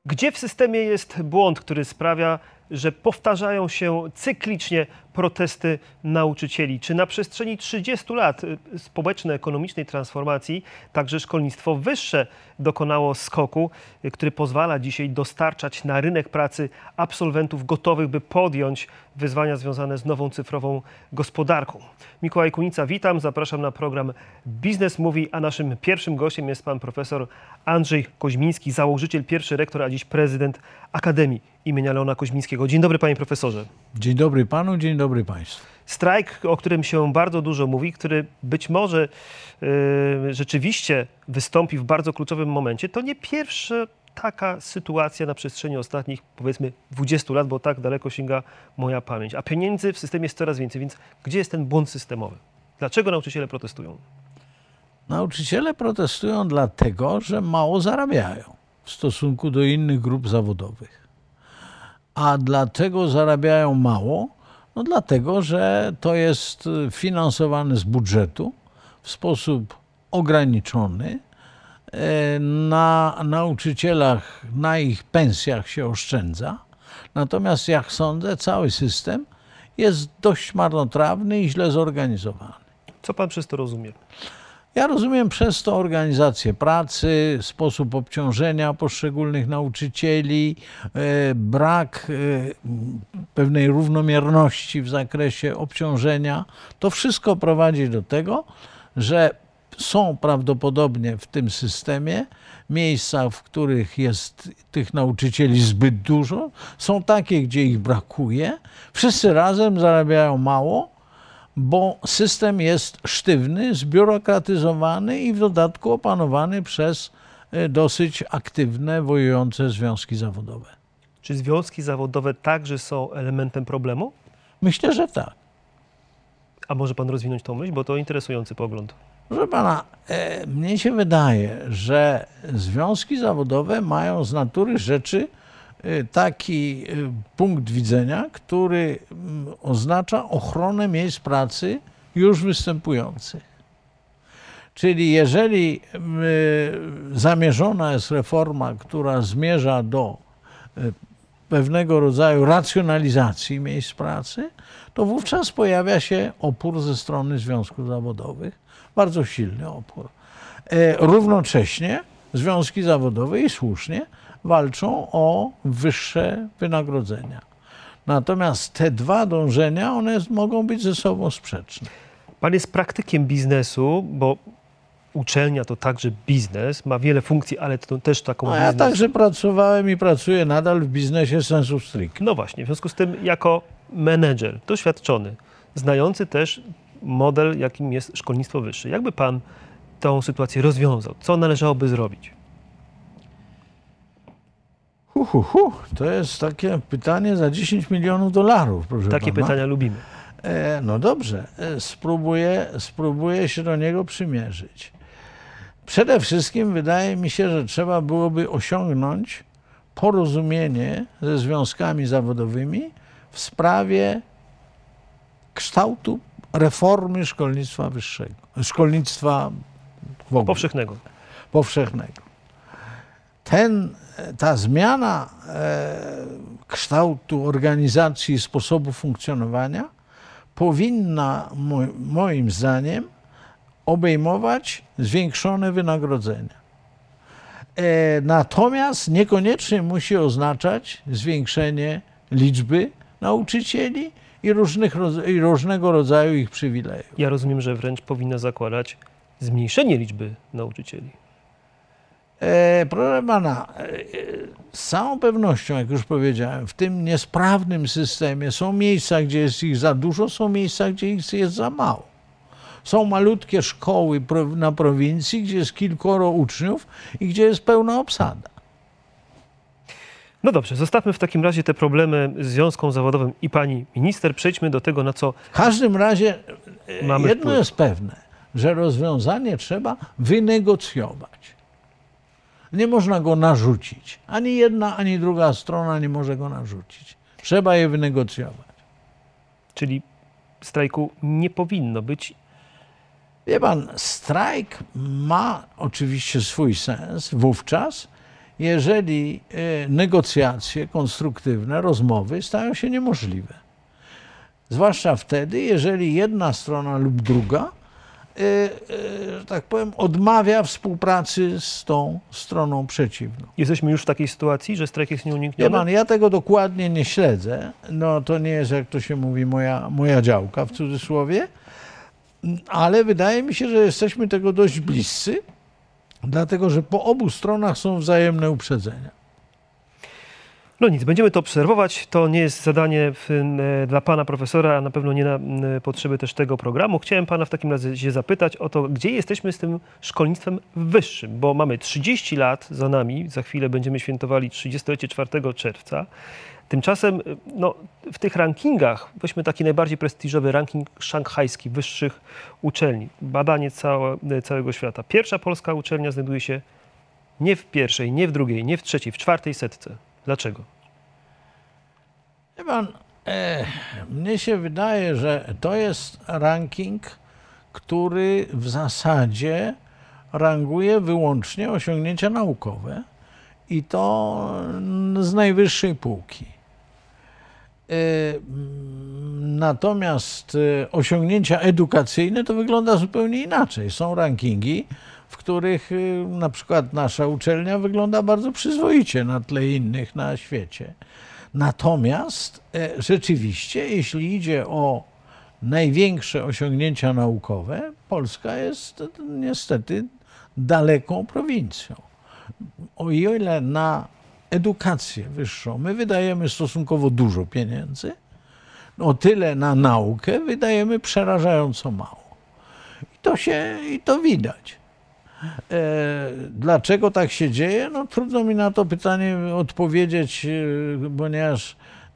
Gdzie w systemie jest błąd, który sprawia, że powtarzają się cyklicznie protesty nauczycieli? Czy na przestrzeni 30 lat społeczno-ekonomicznej transformacji także szkolnictwo wyższe dokonało skoku, który pozwala dzisiaj dostarczać na rynek pracy absolwentów gotowych, by podjąć wyzwania związane z nową cyfrową gospodarką? Mikołaj Kunica, witam, zapraszam na program Biznes Mówi, a naszym pierwszym gościem jest pan profesor Andrzej Koźmiński, założyciel, pierwszy rektor, a dziś prezydent Akademii imienia Leona Koźmińskiego. Dzień dobry, panie profesorze. Dzień dobry panu, dzień dobry państwu. Strajk, o którym się bardzo dużo mówi, który być może rzeczywiście wystąpi w bardzo kluczowym momencie, to nie pierwsza taka sytuacja na przestrzeni ostatnich, powiedzmy, 20 lat, bo tak daleko sięga moja pamięć. A pieniędzy w systemie jest coraz więcej, więc gdzie jest ten błąd systemowy? Dlaczego nauczyciele protestują? Nauczyciele protestują dlatego, że mało zarabiają w stosunku do innych grup zawodowych. A dlaczego zarabiają mało? No dlatego, że to jest finansowane z budżetu w sposób ograniczony. Na nauczycielach, na ich pensjach się oszczędza. Natomiast jak sądzę, cały system jest dość marnotrawny i źle zorganizowany. Co pan przez to rozumie? Ja rozumiem przez to organizację pracy, sposób obciążenia poszczególnych nauczycieli, brak pewnej równomierności w zakresie obciążenia. To wszystko prowadzi do tego, że są prawdopodobnie w tym systemie miejsca, w których jest tych nauczycieli zbyt dużo. Są takie, gdzie ich brakuje. Wszyscy razem zarabiają mało, bo system jest sztywny, zbiurokratyzowany i w dodatku opanowany przez dosyć aktywne, wojujące związki zawodowe. Czy związki zawodowe także są elementem problemu? Myślę, że tak. A może pan rozwinąć tą myśl, bo to interesujący pogląd. Proszę pana, mnie się wydaje, że związki zawodowe mają z natury rzeczy taki punkt widzenia, który oznacza ochronę miejsc pracy już występujących. Czyli jeżeli zamierzona jest reforma, która zmierza do pewnego rodzaju racjonalizacji miejsc pracy, to wówczas pojawia się opór ze strony związków zawodowych, bardzo silny opór. Równocześnie związki zawodowe i słusznie walczą o wyższe wynagrodzenia. Natomiast te dwa dążenia, one mogą być ze sobą sprzeczne. Pan jest praktykiem biznesu, bo uczelnia to także biznes, ma wiele funkcji, ale to też taką biznes. Ja także pracowałem i pracuję nadal w biznesie sensu stricto. No właśnie, w związku z tym jako menedżer doświadczony, znający też model, jakim jest szkolnictwo wyższe. Jakby pan tą sytuację rozwiązał? Co należałoby zrobić? To jest takie pytanie za 10 milionów dolarów, proszę pana. Takie pytania lubimy. No dobrze, spróbuję się do niego przymierzyć. Przede wszystkim wydaje mi się, że trzeba byłoby osiągnąć porozumienie ze związkami zawodowymi w sprawie kształtu reformy szkolnictwa wyższego, szkolnictwa w ogóle, powszechnego. Ta zmiana kształtu organizacji i sposobu funkcjonowania powinna moim zdaniem obejmować zwiększone wynagrodzenia. Natomiast niekoniecznie musi oznaczać zwiększenie liczby nauczycieli i różnego rodzaju ich przywilejów. Ja rozumiem, że wręcz powinna zakładać zmniejszenie liczby nauczycieli. Proszę pana, z całą pewnością, jak już powiedziałem, w tym niesprawnym systemie są miejsca, gdzie jest ich za dużo, są miejsca, gdzie ich jest za mało. Są malutkie szkoły na prowincji, gdzie jest kilkoro uczniów i gdzie jest pełna obsada. No dobrze, zostawmy w takim razie te problemy z związkom zawodowym i pani minister. Przejdźmy do tego, na co w każdym razie mamy jedno wpływ. jest pewne, że rozwiązanie trzeba wynegocjować. Nie można go narzucić. Ani jedna, ani druga strona nie może go narzucić. Trzeba je wynegocjować. Czyli strajku nie powinno być? Wie pan, strajk ma oczywiście swój sens wówczas, jeżeli negocjacje konstruktywne, rozmowy stają się niemożliwe. Zwłaszcza wtedy, jeżeli jedna strona lub druga, że tak powiem, odmawia współpracy z tą stroną przeciwną. Jesteśmy już w takiej sytuacji, że strajk jest nieunikniony? Ja tego dokładnie nie śledzę. No to nie jest, jak to się mówi, moja działka w cudzysłowie, ale wydaje mi się, że jesteśmy tego dość bliscy, dlatego że po obu stronach są wzajemne uprzedzenia. No nic, będziemy to obserwować. To nie jest zadanie dla pana profesora, a na pewno nie na potrzeby też tego programu. Chciałem pana w takim razie się zapytać o to, gdzie jesteśmy z tym szkolnictwem wyższym, bo mamy 30 lat za nami, za chwilę będziemy świętowali 30-lecie 4 czerwca. Tymczasem no, w tych rankingach, weźmy taki najbardziej prestiżowy ranking szanghajski wyższych uczelni, badanie całego świata. Pierwsza polska uczelnia znajduje się nie w pierwszej, nie w drugiej, nie w trzeciej, w 4. setce. Dlaczego? Wie pan, mnie się wydaje, że to jest ranking, który w zasadzie ranguje wyłącznie osiągnięcia naukowe i to z najwyższej półki. Natomiast osiągnięcia edukacyjne to wygląda zupełnie inaczej. Są rankingi, w których na przykład nasza uczelnia wygląda bardzo przyzwoicie na tle innych na świecie. Natomiast rzeczywiście, jeśli idzie o największe osiągnięcia naukowe, Polska jest niestety daleką prowincją. O ile na edukację wyższą my wydajemy stosunkowo dużo pieniędzy, o tyle na naukę wydajemy przerażająco mało. I to widać. Dlaczego tak się dzieje? No trudno mi na to pytanie odpowiedzieć, ponieważ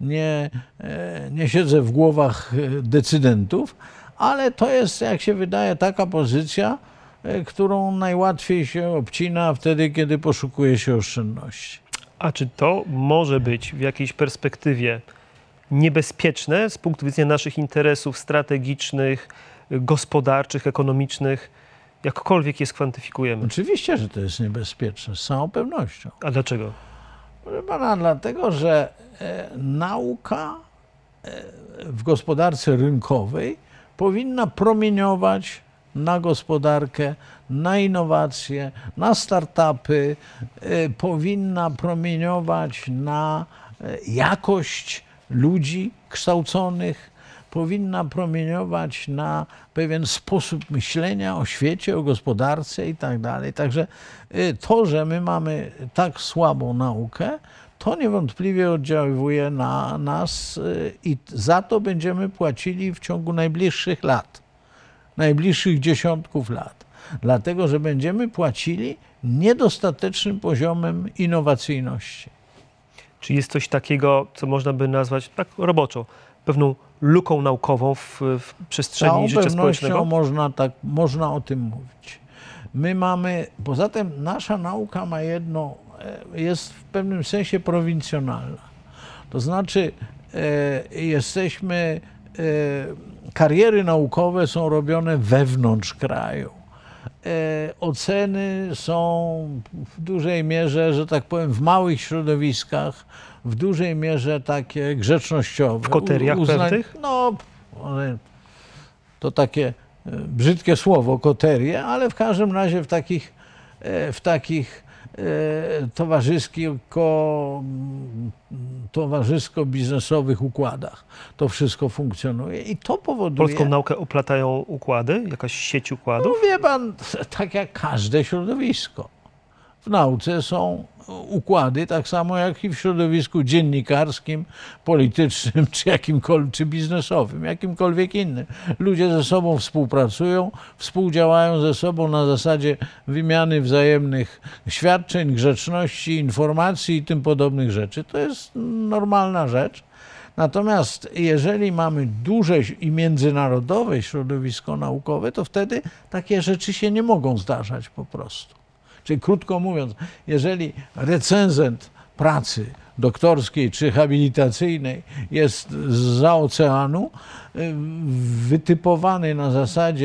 nie siedzę w głowach decydentów, ale to jest, jak się wydaje, taka pozycja, którą najłatwiej się obcina wtedy, kiedy poszukuje się oszczędności. A czy to może być w jakiejś perspektywie niebezpieczne z punktu widzenia naszych interesów strategicznych, gospodarczych, ekonomicznych? Jakkolwiek je skwantyfikujemy. Oczywiście, że to jest niebezpieczne, z całą pewnością. A dlaczego? Proszę pana, dlatego, że nauka w gospodarce rynkowej powinna promieniować na gospodarkę, na innowacje, na startupy, powinna promieniować na jakość ludzi kształconych, powinna promieniować na pewien sposób myślenia o świecie, o gospodarce i tak dalej. Także to, że my mamy tak słabą naukę, to niewątpliwie oddziaływuje na nas i za to będziemy płacili w ciągu najbliższych lat, najbliższych dziesiątków lat. Dlatego, że będziemy płacili niedostatecznym poziomem innowacyjności. Czy jest coś takiego, co można by nazwać tak roboczo, pewną luką naukową w przestrzeni życia społecznego? Można o tym mówić. My mamy, poza tym nasza nauka ma jedno, jest w pewnym sensie prowincjonalna. To znaczy kariery naukowe są robione wewnątrz kraju. Oceny są w dużej mierze, że tak powiem, w małych środowiskach, w dużej mierze takie grzecznościowe. W koteriach pewnych? No, to takie brzydkie słowo, koterie, ale w każdym razie w takich towarzysko-biznesowych układach to wszystko funkcjonuje i to powoduje... Polską naukę oplatają układy? Jakaś sieć układów? No wie pan, tak jak każde środowisko. W nauce są układy, tak samo jak i w środowisku dziennikarskim, politycznym, czy biznesowym, jakimkolwiek innym. Ludzie ze sobą współpracują, współdziałają ze sobą na zasadzie wymiany wzajemnych świadczeń, grzeczności, informacji i tym podobnych rzeczy. To jest normalna rzecz. Natomiast jeżeli mamy duże i międzynarodowe środowisko naukowe, to wtedy takie rzeczy się nie mogą zdarzać po prostu. Czyli krótko mówiąc, jeżeli recenzent pracy doktorskiej czy habilitacyjnej jest zza oceanu, wytypowany na zasadzie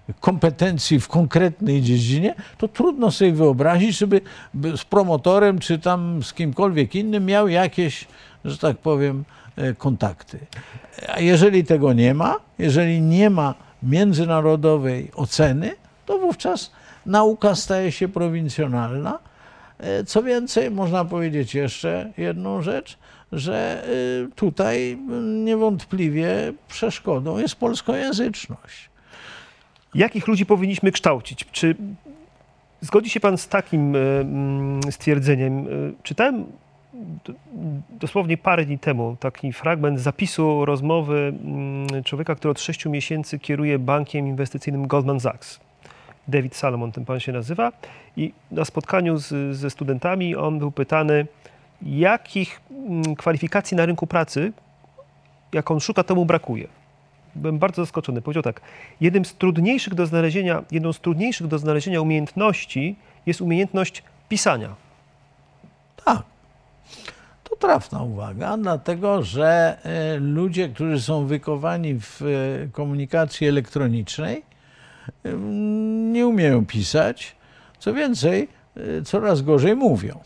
kompetencji w konkretnej dziedzinie, to trudno sobie wyobrazić, żeby z promotorem czy tam z kimkolwiek innym miał jakieś, że tak powiem, kontakty. A jeżeli tego nie ma, jeżeli nie ma międzynarodowej oceny, to wówczas nauka staje się prowincjonalna. Co więcej, można powiedzieć jeszcze jedną rzecz, że tutaj niewątpliwie przeszkodą jest polskojęzyczność. Jakich ludzi powinniśmy kształcić? Czy zgodzi się pan z takim stwierdzeniem? Czytałem dosłownie parę dni temu taki fragment zapisu rozmowy człowieka, który od 6 miesięcy kieruje bankiem inwestycyjnym Goldman Sachs. David Salomon, ten pan się nazywa. I na spotkaniu ze studentami on był pytany, jakich kwalifikacji na rynku pracy, jak on szuka, temu brakuje. Byłem bardzo zaskoczony. Powiedział tak, jedną z trudniejszych do znalezienia umiejętności jest umiejętność pisania. Tak. To trafna uwaga, dlatego że ludzie, którzy są wychowani w komunikacji elektronicznej, nie umieją pisać. Co więcej, coraz gorzej mówią.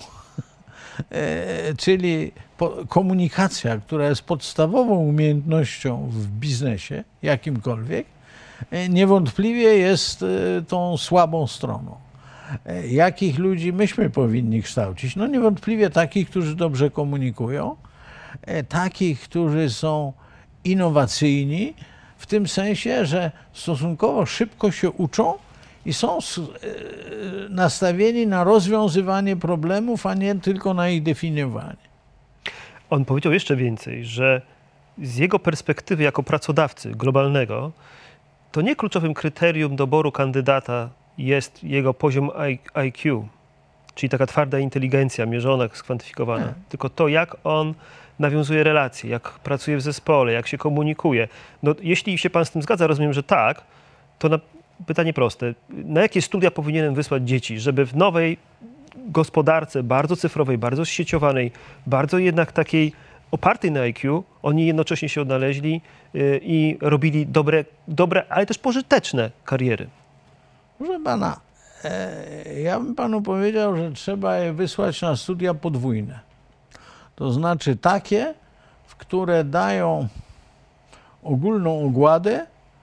Czyli komunikacja, która jest podstawową umiejętnością w biznesie, jakimkolwiek, niewątpliwie jest tą słabą stroną. Jakich ludzi myśmy powinni kształcić? No niewątpliwie takich, którzy dobrze komunikują, takich, którzy są innowacyjni, w tym sensie, że stosunkowo szybko się uczą i są nastawieni na rozwiązywanie problemów, a nie tylko na ich definiowanie. On powiedział jeszcze więcej, że z jego perspektywy jako pracodawcy globalnego, to nie kluczowym kryterium doboru kandydata jest jego poziom IQ, czyli taka twarda inteligencja mierzona, skwantyfikowana, tylko to, jak on nawiązuje relacje, jak pracuje w zespole, jak się komunikuje. No, jeśli się pan z tym zgadza, rozumiem, że tak, to pytanie proste. Na jakie studia powinienem wysłać dzieci, żeby w nowej gospodarce, bardzo cyfrowej, bardzo zsieciowanej, bardzo jednak takiej opartej na IQ, oni jednocześnie się odnaleźli i robili dobre, ale też pożyteczne kariery? Proszę pana, ja bym panu powiedział, że trzeba je wysłać na studia podwójne. To znaczy takie, w które dają ogólną ogładę,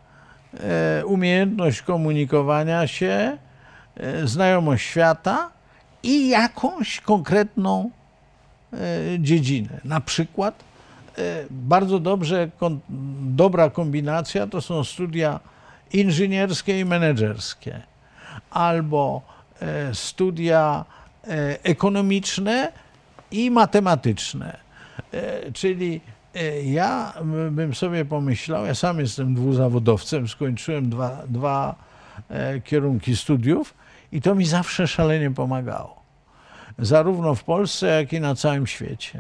umiejętność komunikowania się, znajomość świata i jakąś konkretną dziedzinę. Na przykład bardzo dobra kombinacja to są studia inżynierskie i menedżerskie, albo studia ekonomiczne i matematyczne. Czyli ja bym sobie pomyślał, ja sam jestem dwuzawodowcem, skończyłem dwa kierunki studiów i to mi zawsze szalenie pomagało. Zarówno w Polsce, jak i na całym świecie.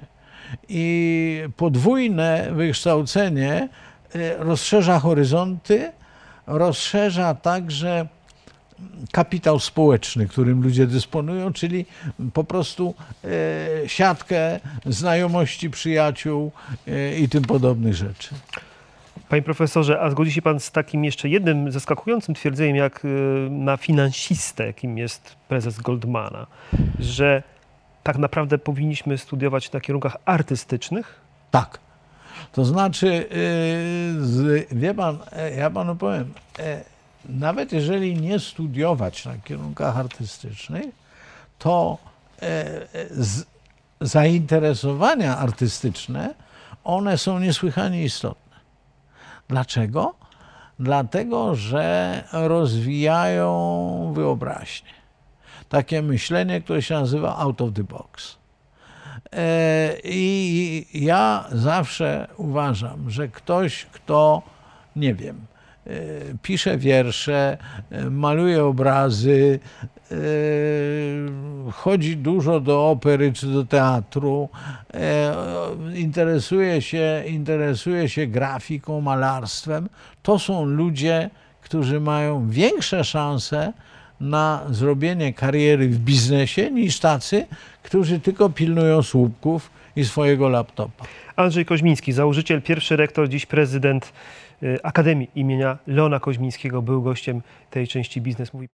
I podwójne wykształcenie rozszerza horyzonty, rozszerza także kapitał społeczny, którym ludzie dysponują, czyli po prostu siatkę znajomości, przyjaciół i tym podobnych rzeczy. Panie profesorze, a zgodzi się pan z takim jeszcze jednym zaskakującym twierdzeniem, jak na finansistę, jakim jest prezes Goldmana, że tak naprawdę powinniśmy studiować na kierunkach artystycznych? Tak. To znaczy, wie pan, ja panu powiem, nawet jeżeli nie studiować na kierunkach artystycznych, to zainteresowania artystyczne, one są niesłychanie istotne. Dlaczego? Dlatego, że rozwijają wyobraźnię. Takie myślenie, które się nazywa out of the box. I ja zawsze uważam, że ktoś, kto, nie wiem, pisze wiersze, maluje obrazy, chodzi dużo do opery czy do teatru, interesuje się grafiką, malarstwem. To są ludzie, którzy mają większe szanse na zrobienie kariery w biznesie niż tacy, którzy tylko pilnują słupków i swojego laptopa. Andrzej Koźmiński, założyciel, pierwszy rektor, dziś prezydent Akademii imienia Leona Koźmińskiego, był gościem tej części Biznes Mówi.